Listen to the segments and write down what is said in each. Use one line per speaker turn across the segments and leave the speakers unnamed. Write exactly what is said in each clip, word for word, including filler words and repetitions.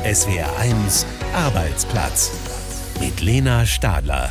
S W R eins Arbeitsplatz mit Lena Stadler.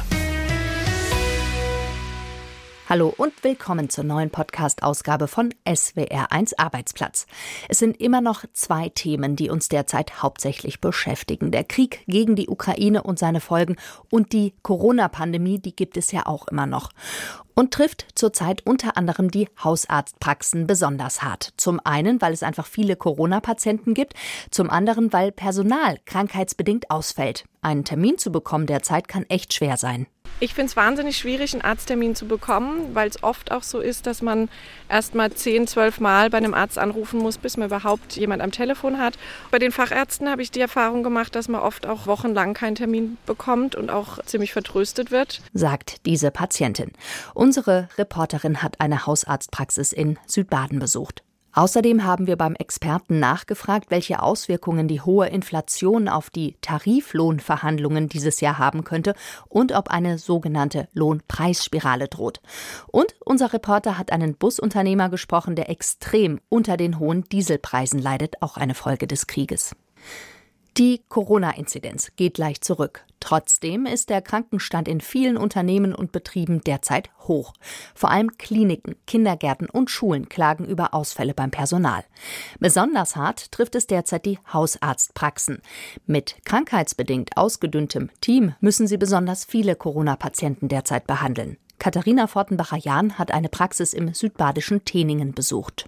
Hallo und willkommen zur neuen Podcast-Ausgabe von S W R eins Arbeitsplatz. Es sind immer noch zwei Themen, die uns derzeit hauptsächlich beschäftigen. Der Krieg gegen die Ukraine und seine Folgen und die Corona-Pandemie, die gibt es ja auch immer noch. Und trifft zurzeit unter anderem die Hausarztpraxen besonders hart. Zum einen, weil es einfach viele Corona-Patienten gibt, zum anderen, weil Personal krankheitsbedingt ausfällt. Einen Termin zu bekommen derzeit kann echt schwer sein.
Ich finde es wahnsinnig schwierig, einen Arzttermin zu bekommen, weil es oft auch so ist, dass man erst mal zehn, zwölf Mal bei einem Arzt anrufen muss, bis man überhaupt jemand am Telefon hat. Bei den Fachärzten habe ich die Erfahrung gemacht, dass man oft auch wochenlang keinen Termin bekommt und auch ziemlich vertröstet wird,
sagt diese Patientin. Unsere Reporterin hat eine Hausarztpraxis in Südbaden besucht. Außerdem haben wir beim Experten nachgefragt, welche Auswirkungen die hohe Inflation auf die Tariflohnverhandlungen dieses Jahr haben könnte und ob eine sogenannte Lohnpreisspirale droht. Und unser Reporter hat einen Busunternehmer gesprochen, der extrem unter den hohen Dieselpreisen leidet, auch eine Folge des Krieges. Die Corona-Inzidenz geht leicht zurück. Trotzdem ist der Krankenstand in vielen Unternehmen und Betrieben derzeit hoch. Vor allem Kliniken, Kindergärten und Schulen klagen über Ausfälle beim Personal. Besonders hart trifft es derzeit die Hausarztpraxen. Mit krankheitsbedingt ausgedünntem Team müssen sie besonders viele Corona-Patienten derzeit behandeln. Katharina Fortenbacher-Jahn hat eine Praxis im südbadischen Teningen besucht.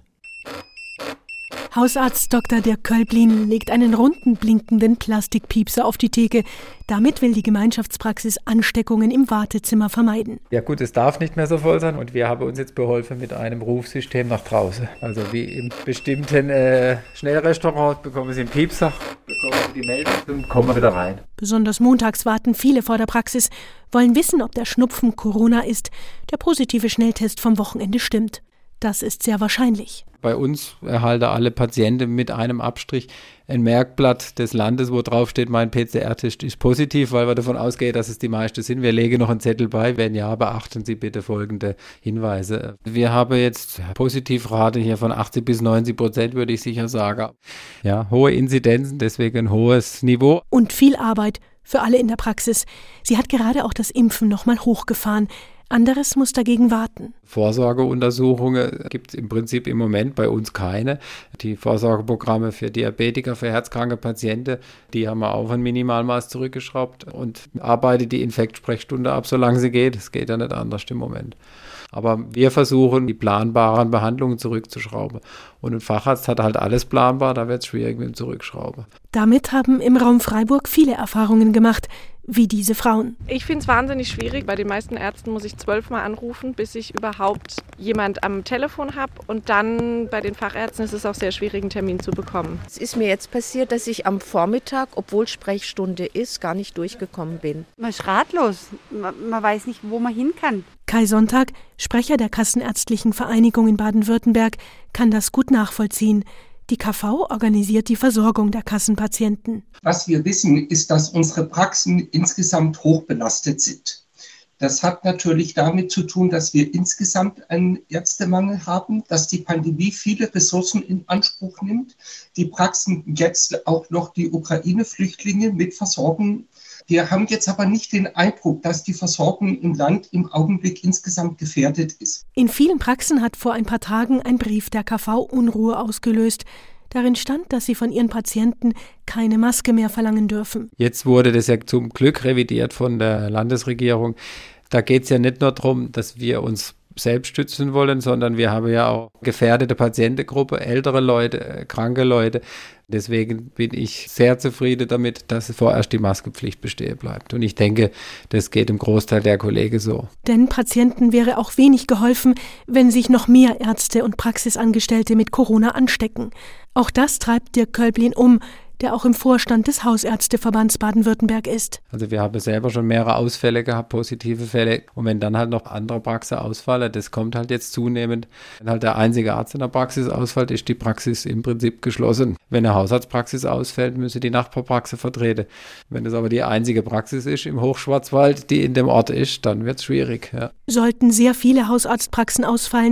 Hausarzt Doktor Dirk Kölblin legt einen runden, blinkenden Plastikpiepser auf die Theke. Damit will die Gemeinschaftspraxis Ansteckungen im Wartezimmer vermeiden.
Ja gut, es darf nicht mehr so voll sein und wir haben uns jetzt beholfen mit einem Rufsystem nach draußen. Also wie im bestimmten äh, Schnellrestaurant bekommen Sie einen Piepser, bekommen Sie die Meldung und kommen wieder rein.
Besonders montags warten viele vor der Praxis, wollen wissen, ob der Schnupfen Corona ist. Der positive Schnelltest vom Wochenende stimmt. Das ist sehr wahrscheinlich.
Bei uns erhalten alle Patienten mit einem Abstrich ein Merkblatt des Landes, wo drauf steht, mein P C R-Test ist positiv, weil wir davon ausgehen, dass es die meisten sind. Wir legen noch einen Zettel bei. Wenn ja, beachten Sie bitte folgende Hinweise. Wir haben jetzt Positivrate hier von achtzig bis neunzig Prozent, würde ich sicher sagen. Ja, hohe Inzidenzen, deswegen ein hohes Niveau.
Und viel Arbeit für alle in der Praxis. Sie hat gerade auch das Impfen nochmal hochgefahren. Anderes muss dagegen warten.
Vorsorgeuntersuchungen gibt es im Prinzip im Moment bei uns keine. Die Vorsorgeprogramme für Diabetiker, für herzkranke Patienten, die haben wir auf ein Minimalmaß zurückgeschraubt und arbeiten die Infektsprechstunde ab, solange sie geht. Es geht ja nicht anders im Moment. Aber wir versuchen, die planbaren Behandlungen zurückzuschrauben. Und ein Facharzt hat halt alles planbar, da wird es schwierig mit dem Zurückschrauben.
Damit haben im Raum Freiburg viele Erfahrungen gemacht, wie diese Frauen.
Ich finde es wahnsinnig schwierig. Bei den meisten Ärzten muss ich zwölfmal anrufen, bis ich überhaupt jemand am Telefon habe. Und dann bei den Fachärzten ist es auch sehr schwierig, einen Termin zu bekommen.
Es ist mir jetzt passiert, dass ich am Vormittag, obwohl Sprechstunde ist, gar nicht durchgekommen bin.
Man ist ratlos. Man, man weiß nicht, wo man hin kann.
Kai Sonntag, Sprecher der Kassenärztlichen Vereinigung in Baden-Württemberg, kann das gut nachvollziehen. Die K V organisiert die Versorgung der Kassenpatienten.
Was wir wissen, ist, dass unsere Praxen insgesamt hochbelastet sind. Das hat natürlich damit zu tun, dass wir insgesamt einen Ärztemangel haben, dass die Pandemie viele Ressourcen in Anspruch nimmt. Die Praxen jetzt auch noch die Ukraine-Flüchtlinge mit versorgen. Wir haben jetzt aber nicht den Eindruck, dass die Versorgung im Land im Augenblick insgesamt gefährdet ist.
In vielen Praxen hat vor ein paar Tagen ein Brief der K V Unruhe ausgelöst. Darin stand, dass sie von ihren Patienten keine Maske mehr verlangen dürfen.
Jetzt wurde das ja zum Glück revidiert von der Landesregierung. Da geht es ja nicht nur darum, dass wir uns selbst stützen wollen, sondern wir haben ja auch gefährdete Patientengruppe, ältere Leute, kranke Leute. Deswegen bin ich sehr zufrieden damit, dass vorerst die Maskenpflicht bestehen bleibt. Und ich denke, das geht im Großteil der Kollegen so.
Denn Patienten wäre auch wenig geholfen, wenn sich noch mehr Ärzte und Praxisangestellte mit Corona anstecken. Auch das treibt Dirk Kölblin um, der auch im Vorstand des Hausärzteverbands Baden-Württemberg ist.
Also wir haben selber schon mehrere Ausfälle gehabt, positive Fälle. Und wenn dann halt noch andere Praxen ausfallen, das kommt halt jetzt zunehmend. Wenn halt der einzige Arzt in der Praxis ausfällt, ist die Praxis im Prinzip geschlossen. Wenn eine Hausarztpraxis ausfällt, müsse die Nachbarpraxis vertreten. Wenn es aber die einzige Praxis ist im Hochschwarzwald, die in dem Ort ist, dann wird es schwierig. Ja.
Sollten sehr viele Hausarztpraxen ausfallen,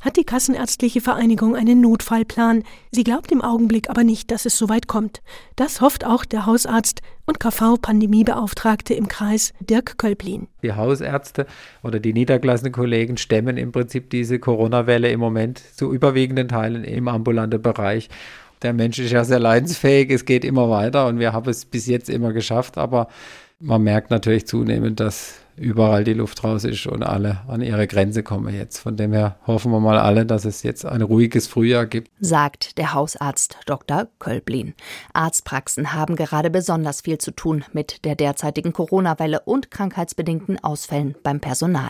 hat die Kassenärztliche Vereinigung einen Notfallplan. Sie glaubt im Augenblick aber nicht, dass es so weit kommt. Das hofft auch der Hausarzt und K V-Pandemiebeauftragte im Kreis, Dirk Kölblin.
Die Hausärzte oder die niedergelassenen Kollegen stemmen im Prinzip diese Corona-Welle im Moment zu überwiegenden Teilen im ambulanten Bereich. Der Mensch ist ja sehr leidensfähig, es geht immer weiter und wir haben es bis jetzt immer geschafft, aber man merkt natürlich zunehmend, dass überall die Luft raus ist und alle an ihre Grenze kommen jetzt. Von dem her hoffen wir mal alle, dass es jetzt ein ruhiges Frühjahr gibt.
Sagt der Hausarzt Doktor Kölblin. Arztpraxen haben gerade besonders viel zu tun mit der derzeitigen Corona-Welle und krankheitsbedingten Ausfällen beim Personal.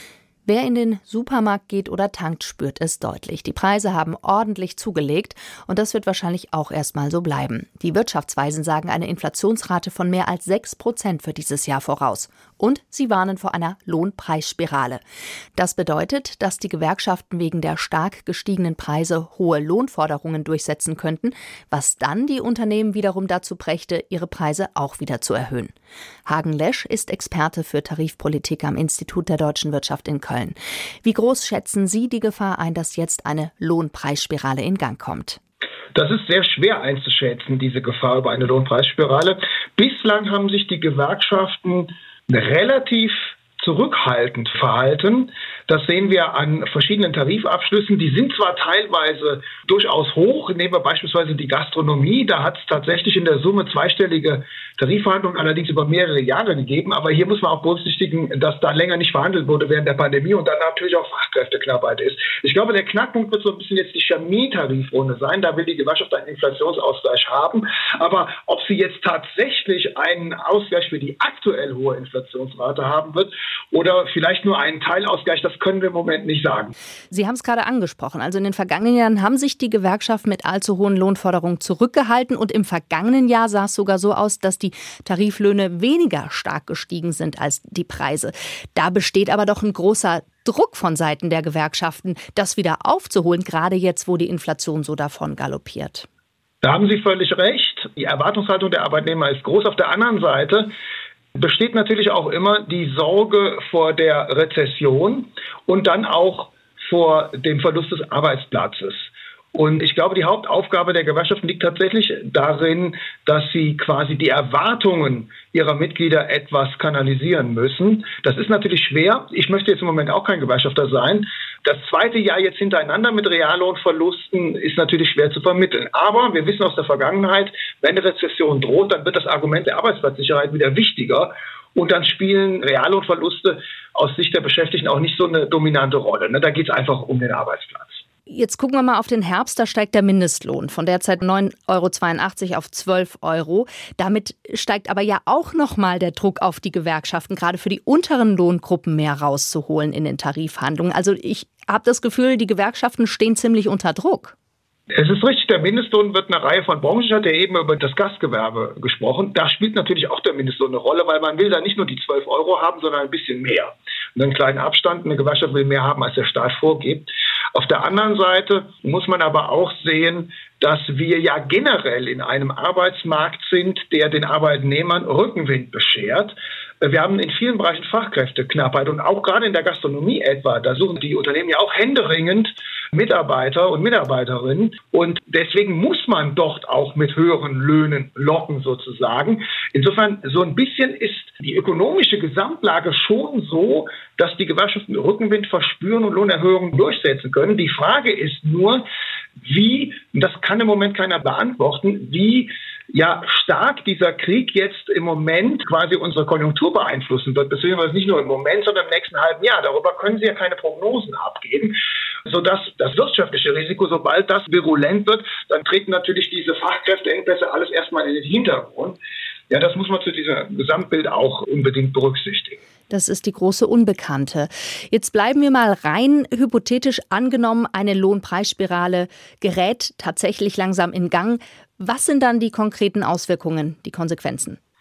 Wer in den Supermarkt geht oder tankt, spürt es deutlich. Die Preise haben ordentlich zugelegt und das wird wahrscheinlich auch erstmal so bleiben. Die Wirtschaftsweisen sagen eine Inflationsrate von mehr als sechs Prozent für dieses Jahr voraus. Und sie warnen vor einer Lohnpreisspirale. Das bedeutet, dass die Gewerkschaften wegen der stark gestiegenen Preise hohe Lohnforderungen durchsetzen könnten, was dann die Unternehmen wiederum dazu brächte, ihre Preise auch wieder zu erhöhen. Hagen Lesch ist Experte für Tarifpolitik am Institut der Deutschen Wirtschaft in Köln. Wie groß schätzen Sie die Gefahr ein, dass jetzt eine Lohnpreisspirale in Gang kommt?
Das ist sehr schwer einzuschätzen, diese Gefahr über eine Lohnpreisspirale. Bislang haben sich die Gewerkschaften relativ zurückhaltend verhalten. Das sehen wir an verschiedenen Tarifabschlüssen. Die sind zwar teilweise durchaus hoch. Nehmen wir beispielsweise die Gastronomie. Da hat es tatsächlich in der Summe zweistellige Tarifverhandlungen, allerdings über mehrere Jahre gegeben. Aber hier muss man auch berücksichtigen, dass da länger nicht verhandelt wurde während der Pandemie und dann natürlich auch Fachkräfteknappheit ist. Ich glaube, der Knackpunkt wird so ein bisschen jetzt die Chemie-Tarifrunde sein. Da will die Gewerkschaft einen Inflationsausgleich haben. Aber ob sie jetzt tatsächlich einen Ausgleich für die aktuell hohe Inflationsrate haben wird oder vielleicht nur einen Teilausgleich, das können wir im Moment nicht sagen.
Sie haben es gerade angesprochen. Also in den vergangenen Jahren haben sich die Gewerkschaften mit allzu hohen Lohnforderungen zurückgehalten. Und im vergangenen Jahr sah es sogar so aus, dass die Tariflöhne weniger stark gestiegen sind als die Preise. Da besteht aber doch ein großer Druck von Seiten der Gewerkschaften, das wieder aufzuholen, gerade jetzt, wo die Inflation so davon galoppiert.
Da haben Sie völlig recht. Die Erwartungshaltung der Arbeitnehmer ist groß. Auf der anderen Seite besteht natürlich auch immer die Sorge vor der Rezession und dann auch vor dem Verlust des Arbeitsplatzes. Und ich glaube, die Hauptaufgabe der Gewerkschaften liegt tatsächlich darin, dass sie quasi die Erwartungen ihrer Mitglieder etwas kanalisieren müssen. Das ist natürlich schwer. Ich möchte jetzt im Moment auch kein Gewerkschafter sein. Das zweite Jahr jetzt hintereinander mit Reallohnverlusten ist natürlich schwer zu vermitteln. Aber wir wissen aus der Vergangenheit, wenn eine Rezession droht, dann wird das Argument der Arbeitsplatzsicherheit wieder wichtiger. Und dann spielen Reallohnverluste aus Sicht der Beschäftigten auch nicht so eine dominante Rolle. Da geht es einfach um den Arbeitsplatz.
Jetzt gucken wir mal auf den Herbst, da steigt der Mindestlohn von derzeit neun Euro zweiundachtzig auf zwölf Euro. Damit steigt aber ja auch nochmal der Druck auf die Gewerkschaften, gerade für die unteren Lohngruppen mehr rauszuholen in den Tarifverhandlungen. Also ich habe das Gefühl, die Gewerkschaften stehen ziemlich unter Druck.
Es ist richtig, der Mindestlohn wird eine Reihe von Branchen, ich hatte eben über das Gastgewerbe gesprochen. Da spielt natürlich auch der Mindestlohn eine Rolle, weil man will da nicht nur die zwölf Euro haben, sondern ein bisschen mehr. Und einen kleinen Abstand, eine Gewerkschaft will mehr haben, als der Staat vorgibt. Auf der anderen Seite muss man aber auch sehen, dass wir ja generell in einem Arbeitsmarkt sind, der den Arbeitnehmern Rückenwind beschert. Wir haben in vielen Bereichen Fachkräfteknappheit und auch gerade in der Gastronomie etwa. Da suchen die Unternehmen ja auch händeringend Mitarbeiter und Mitarbeiterinnen. Und deswegen muss man dort auch mit höheren Löhnen locken sozusagen. Insofern so ein bisschen ist die ökonomische Gesamtlage schon so, dass die Gewerkschaften Rückenwind verspüren und Lohnerhöhungen durchsetzen können. Die Frage ist nur, wie, das kann im Moment keiner beantworten, wie ja stark dieser Krieg jetzt im Moment quasi unsere Konjunktur beeinflussen wird, beziehungsweise nicht nur im Moment, sondern im nächsten halben Jahr. Darüber können Sie ja keine Prognosen abgeben, sodass das wirtschaftliche Risiko, sobald das virulent wird, dann treten natürlich diese Fachkräfteengpässe alles erstmal in den Hintergrund. Ja, das muss man zu diesem Gesamtbild auch unbedingt berücksichtigen.
Das ist die große Unbekannte. Jetzt bleiben wir mal rein hypothetisch angenommen, eine Lohnpreisspirale gerät tatsächlich langsam in Gang. Was sind dann die konkreten Auswirkungen, die Konsequenzen?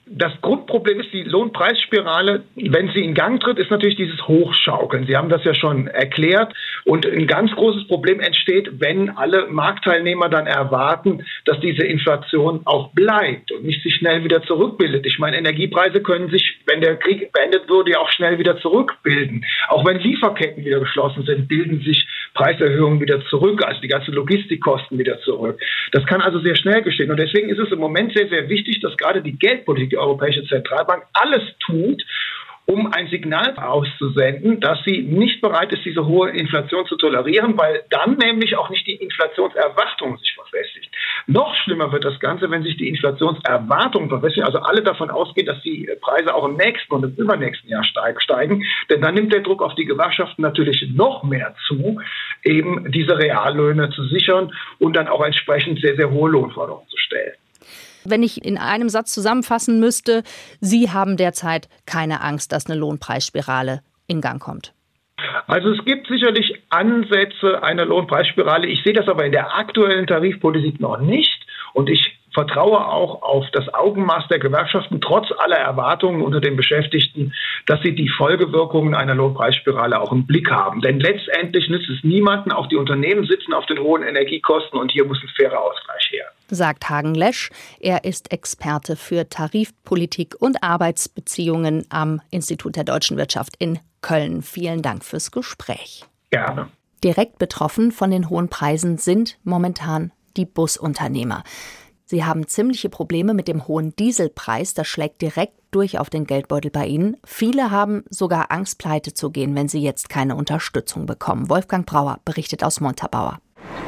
Das Grundproblem ist die Lohnpreisspirale. Wenn sie in Gang tritt, ist natürlich dieses Hochschaukeln. Sie haben das ja schon erklärt. Und ein ganz großes Problem entsteht, wenn alle Marktteilnehmer dann erwarten, dass diese Inflation auch bleibt und nicht sich schnell wieder zurückbildet. Ich meine, Energiepreise können sich, wenn der Krieg beendet würde, ja auch schnell wieder zurückbilden. Auch wenn Lieferketten wieder geschlossen sind, bilden sich Preiserhöhungen wieder zurück, also die ganzen Logistikkosten wieder zurück. Das kann also sehr schnell geschehen. Und deswegen ist es im Moment sehr, sehr wichtig, dass gerade die Geldpolitik, die Europäische Zentralbank, alles tut, um ein Signal auszusenden, dass sie nicht bereit ist, diese hohe Inflation zu tolerieren, weil dann nämlich auch nicht die Inflationserwartung sich verfestigt. Noch schlimmer wird das Ganze, wenn sich die Inflationserwartungen verfestigen, also alle davon ausgehen, dass die Preise auch im nächsten und im übernächsten Jahr steigen, denn dann nimmt der Druck auf die Gewerkschaften natürlich noch mehr zu, eben diese Reallöhne zu sichern und dann auch entsprechend sehr, sehr hohe Lohnforderungen zu stellen.
Wenn ich in einem Satz zusammenfassen müsste, Sie haben derzeit keine Angst, dass eine Lohnpreisspirale in Gang kommt.
Also es gibt sicherlich Ansätze einer Lohnpreisspirale. Ich sehe das aber in der aktuellen Tarifpolitik noch nicht. Und ich vertraue auch auf das Augenmaß der Gewerkschaften, trotz aller Erwartungen unter den Beschäftigten, dass sie die Folgewirkungen einer Lohnpreisspirale auch im Blick haben. Denn letztendlich nützt es niemanden, auch die Unternehmen sitzen auf den hohen Energiekosten und hier muss ein fairer Ausgleich her.
Sagt Hagen Lesch. Er ist Experte für Tarifpolitik und Arbeitsbeziehungen am Institut der Deutschen Wirtschaft in Köln. Vielen Dank fürs Gespräch.
Gerne.
Direkt betroffen von den hohen Preisen sind momentan die Busunternehmer. Sie haben ziemliche Probleme mit dem hohen Dieselpreis. Das schlägt direkt durch auf den Geldbeutel bei ihnen. Viele haben sogar Angst, pleite zu gehen, wenn sie jetzt keine Unterstützung bekommen. Wolfgang Brauer berichtet aus Montabaur.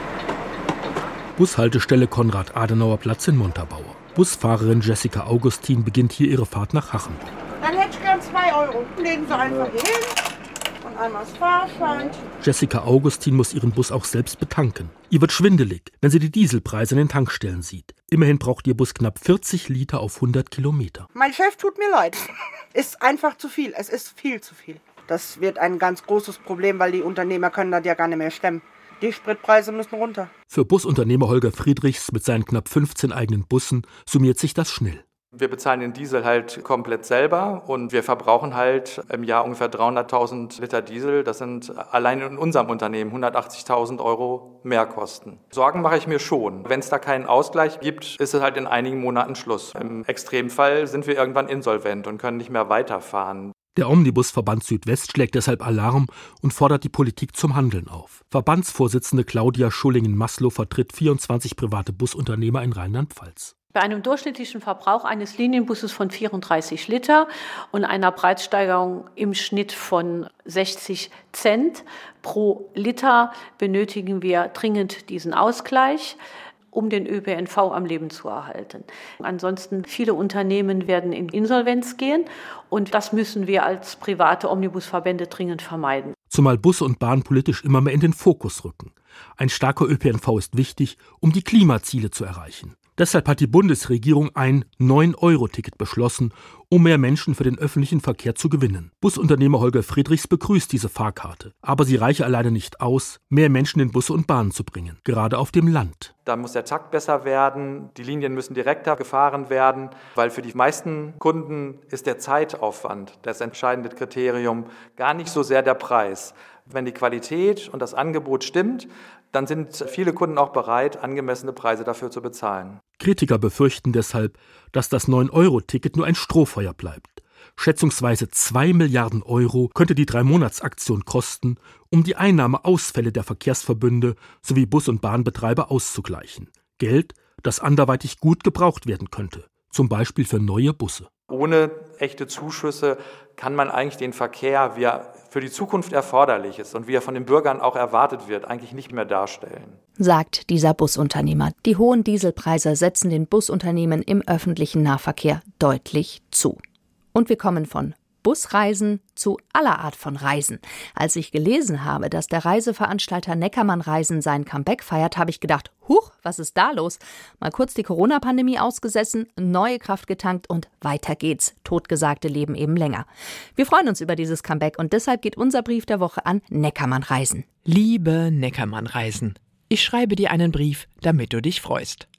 Bushaltestelle Konrad-Adenauer-Platz in Montabaur. Busfahrerin Jessica Augustin beginnt hier ihre Fahrt nach Hachenburg.
Dann hätte ich gern zwei Euro. Legen Sie einfach hier hin und einmal das Fahrschein.
Jessica Augustin muss ihren Bus auch selbst betanken. Ihr wird schwindelig, wenn sie die Dieselpreise in den Tankstellen sieht. Immerhin braucht ihr Bus knapp vierzig Liter auf hundert Kilometer.
Mein Chef tut mir leid. Ist einfach zu viel. Es ist viel zu viel. Das wird ein ganz großes Problem, weil die Unternehmer können das ja gar nicht mehr stemmen. Die Spritpreise müssen runter.
Für Busunternehmer Holger Friedrichs mit seinen knapp fünfzehn eigenen Bussen summiert sich das schnell.
Wir bezahlen den Diesel halt komplett selber und wir verbrauchen halt im Jahr ungefähr dreihunderttausend Liter Diesel. Das sind allein in unserem Unternehmen hundertachtzigtausend Euro Mehrkosten. Sorgen mache ich mir schon. Wenn es da keinen Ausgleich gibt, ist es halt in einigen Monaten Schluss. Im Extremfall sind wir irgendwann insolvent und können nicht mehr weiterfahren.
Der Omnibusverband Südwest schlägt deshalb Alarm und fordert die Politik zum Handeln auf. Verbandsvorsitzende Claudia Schullingen-Maslow vertritt vierundzwanzig private Busunternehmer in Rheinland-Pfalz.
Bei einem durchschnittlichen Verbrauch eines Linienbusses von vierunddreißig Liter und einer Preissteigerung im Schnitt von sechzig Cent pro Liter benötigen wir dringend diesen Ausgleich, um den Ö P N V am Leben zu erhalten. Ansonsten viele Unternehmen werden in Insolvenz gehen und das müssen wir als private Omnibusverbände dringend vermeiden.
Zumal Bus und Bahn politisch immer mehr in den Fokus rücken. Ein starker Ö P N V ist wichtig, um die Klimaziele zu erreichen. Deshalb hat die Bundesregierung ein neun Euro Ticket beschlossen, um mehr Menschen für den öffentlichen Verkehr zu gewinnen. Busunternehmer Holger Friedrichs begrüßt diese Fahrkarte. Aber sie reiche alleine nicht aus, mehr Menschen in Busse und Bahnen zu bringen, gerade auf dem Land.
Da muss der Takt besser werden, die Linien müssen direkter gefahren werden, weil für die meisten Kunden ist der Zeitaufwand das entscheidende Kriterium, gar nicht so sehr der Preis. Wenn die Qualität und das Angebot stimmt, dann sind viele Kunden auch bereit, angemessene Preise dafür zu bezahlen.
Kritiker befürchten deshalb, dass das neun Euro Ticket nur ein Strohfeuer bleibt. Schätzungsweise zwei Milliarden Euro könnte die Drei-Monats-Aktion kosten, um die Einnahmeausfälle der Verkehrsverbünde sowie Bus- und Bahnbetreiber auszugleichen. Geld, das anderweitig gut gebraucht werden könnte, zum Beispiel für neue Busse.
Ohne echte Zuschüsse kann man eigentlich den Verkehr, wie er für die Zukunft erforderlich ist und wie er von den Bürgern auch erwartet wird, eigentlich nicht mehr darstellen.
Sagt dieser Busunternehmer. Die hohen Dieselpreise setzen den Busunternehmen im öffentlichen Nahverkehr deutlich zu. Und wir kommen von Busreisen zu aller Art von Reisen. Als ich gelesen habe, dass der Reiseveranstalter Neckermann Reisen sein Comeback feiert, habe ich gedacht, huch, was ist da los? Mal kurz die Corona-Pandemie ausgesessen, neue Kraft getankt und weiter geht's. Totgesagte leben eben länger. Wir freuen uns über dieses Comeback und deshalb geht unser Brief der Woche an Neckermann Reisen.
Liebe Neckermann Reisen, ich schreibe dir einen Brief, damit du dich freust.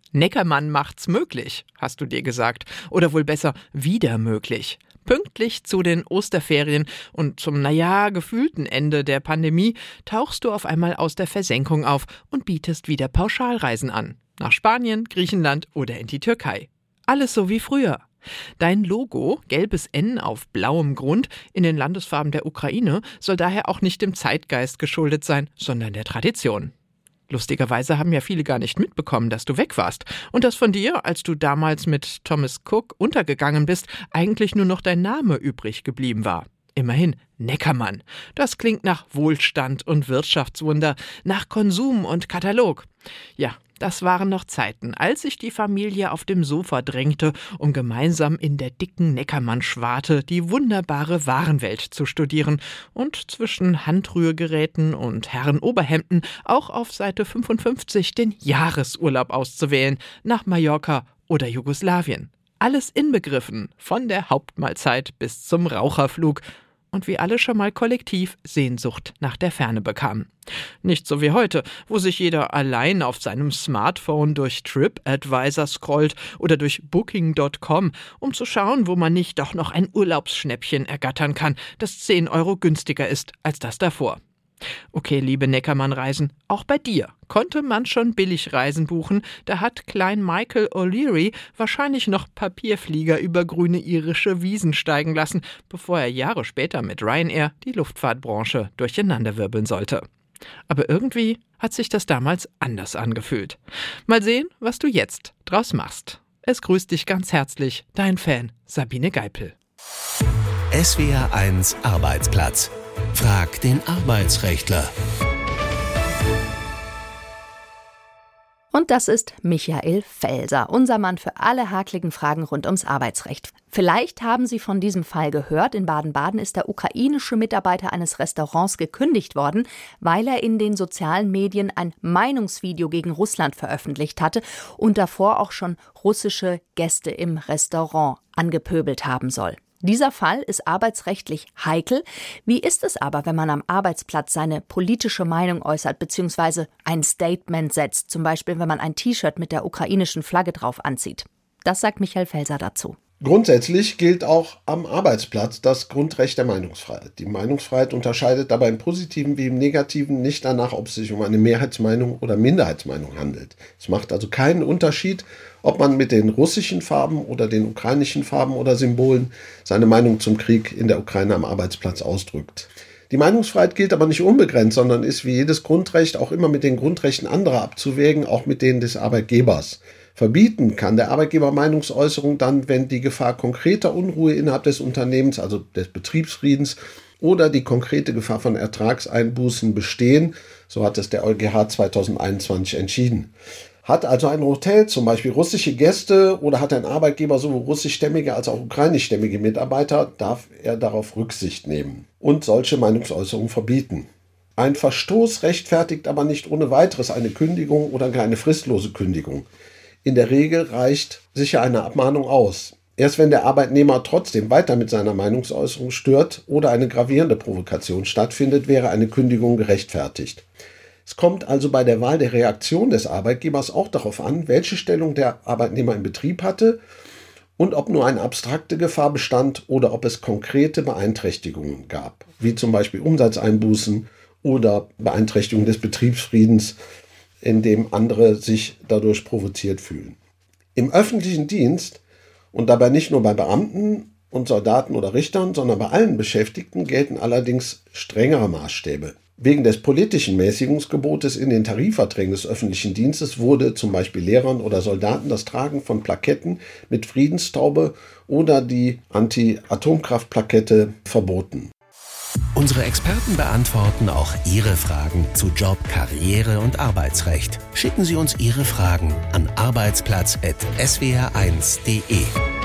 Neckermann macht's möglich, hast du dir gesagt. Oder wohl besser, wieder möglich. Pünktlich zu den Osterferien und zum, naja, gefühlten Ende der Pandemie tauchst du auf einmal aus der Versenkung auf und bietest wieder Pauschalreisen an. Nach Spanien, Griechenland oder in die Türkei. Alles so wie früher. Dein Logo, gelbes N auf blauem Grund, in den Landesfarben der Ukraine, soll daher auch nicht dem Zeitgeist geschuldet sein, sondern der Tradition. Lustigerweise haben ja viele gar nicht mitbekommen, dass du weg warst und dass von dir, als du damals mit Thomas Cook untergegangen bist, eigentlich nur noch dein Name übrig geblieben war. Immerhin Neckermann. Das klingt nach Wohlstand und Wirtschaftswunder, nach Konsum und Katalog. Ja, das waren noch Zeiten, als sich die Familie auf dem Sofa drängte, um gemeinsam in der dicken Neckermann-Schwarte die wunderbare Warenwelt zu studieren und zwischen Handrührgeräten und Herrenoberhemden auch auf Seite fünfundfünfzig den Jahresurlaub auszuwählen, nach Mallorca oder Jugoslawien. Alles inbegriffen, von der Hauptmahlzeit bis zum Raucherflug. Und wie alle schon mal kollektiv Sehnsucht nach der Ferne bekamen. Nicht so wie heute, wo sich jeder allein auf seinem Smartphone durch TripAdvisor scrollt oder durch Booking Punkt com, um zu schauen, wo man nicht doch noch ein Urlaubsschnäppchen ergattern kann, das zehn Euro günstiger ist als das davor. Okay, liebe Neckermann-Reisen, auch bei dir konnte man schon Billigreisen buchen. Da hat Klein Michael O'Leary wahrscheinlich noch Papierflieger über grüne irische Wiesen steigen lassen, bevor er Jahre später mit Ryanair die Luftfahrtbranche durcheinanderwirbeln sollte. Aber irgendwie hat sich das damals anders angefühlt. Mal sehen, was du jetzt draus machst. Es grüßt dich ganz herzlich, dein Fan Sabine Geipel.
S W R eins Arbeitsplatz. Frag den Arbeitsrechtler.
Und das ist Michael Felser, unser Mann für alle hakligen Fragen rund ums Arbeitsrecht. Vielleicht haben Sie von diesem Fall gehört. In Baden-Baden ist der ukrainische Mitarbeiter eines Restaurants gekündigt worden, weil er in den sozialen Medien ein Meinungsvideo gegen Russland veröffentlicht hatte und davor auch schon russische Gäste im Restaurant angepöbelt haben soll. Dieser Fall ist arbeitsrechtlich heikel. Wie ist es aber, wenn man am Arbeitsplatz seine politische Meinung äußert bzw. ein Statement setzt, zum Beispiel wenn man ein T-Shirt mit der ukrainischen Flagge drauf anzieht? Das sagt Michael Felser dazu.
Grundsätzlich gilt auch am Arbeitsplatz das Grundrecht der Meinungsfreiheit. Die Meinungsfreiheit unterscheidet dabei im Positiven wie im Negativen nicht danach, ob es sich um eine Mehrheitsmeinung oder Minderheitsmeinung handelt. Es macht also keinen Unterschied, ob man mit den russischen Farben oder den ukrainischen Farben oder Symbolen seine Meinung zum Krieg in der Ukraine am Arbeitsplatz ausdrückt. Die Meinungsfreiheit gilt aber nicht unbegrenzt, sondern ist wie jedes Grundrecht auch immer mit den Grundrechten anderer abzuwägen, auch mit denen des Arbeitgebers. Verbieten kann der Arbeitgeber Meinungsäußerung dann, wenn die Gefahr konkreter Unruhe innerhalb des Unternehmens, also des Betriebsfriedens, oder die konkrete Gefahr von Ertragseinbußen bestehen. So hat es der EuGH zweitausendeinundzwanzig entschieden. Hat also ein Hotel zum Beispiel russische Gäste oder hat ein Arbeitgeber sowohl russischstämmige als auch ukrainischstämmige Mitarbeiter, darf er darauf Rücksicht nehmen und solche Meinungsäußerungen verbieten. Ein Verstoß rechtfertigt aber nicht ohne weiteres eine Kündigung oder gar eine fristlose Kündigung. In der Regel reicht sicher eine Abmahnung aus. Erst wenn der Arbeitnehmer trotzdem weiter mit seiner Meinungsäußerung stört oder eine gravierende Provokation stattfindet, wäre eine Kündigung gerechtfertigt. Es kommt also bei der Wahl der Reaktion des Arbeitgebers auch darauf an, welche Stellung der Arbeitnehmer im Betrieb hatte und ob nur eine abstrakte Gefahr bestand oder ob es konkrete Beeinträchtigungen gab, wie zum Beispiel Umsatzeinbußen oder Beeinträchtigung des Betriebsfriedens, in dem andere sich dadurch provoziert fühlen. Im öffentlichen Dienst und dabei nicht nur bei Beamten und Soldaten oder Richtern, sondern bei allen Beschäftigten gelten allerdings strengere Maßstäbe. Wegen des politischen Mäßigungsgebotes in den Tarifverträgen des öffentlichen Dienstes wurde zum Beispiel Lehrern oder Soldaten das Tragen von Plaketten mit Friedenstaube oder die Anti-Atomkraft-Plakette verboten.
Unsere Experten beantworten auch Ihre Fragen zu Job, Karriere und Arbeitsrecht. Schicken Sie uns Ihre Fragen an arbeitsplatz punkt s w r eins punkt d e.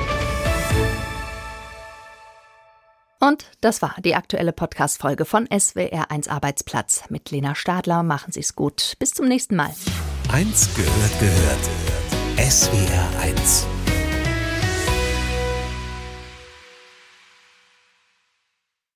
Und das war die aktuelle Podcast-Folge von S W R eins Arbeitsplatz mit Lena Stadler. Machen Sie es gut. Bis zum nächsten Mal.
Eins gehört gehört. S W R eins.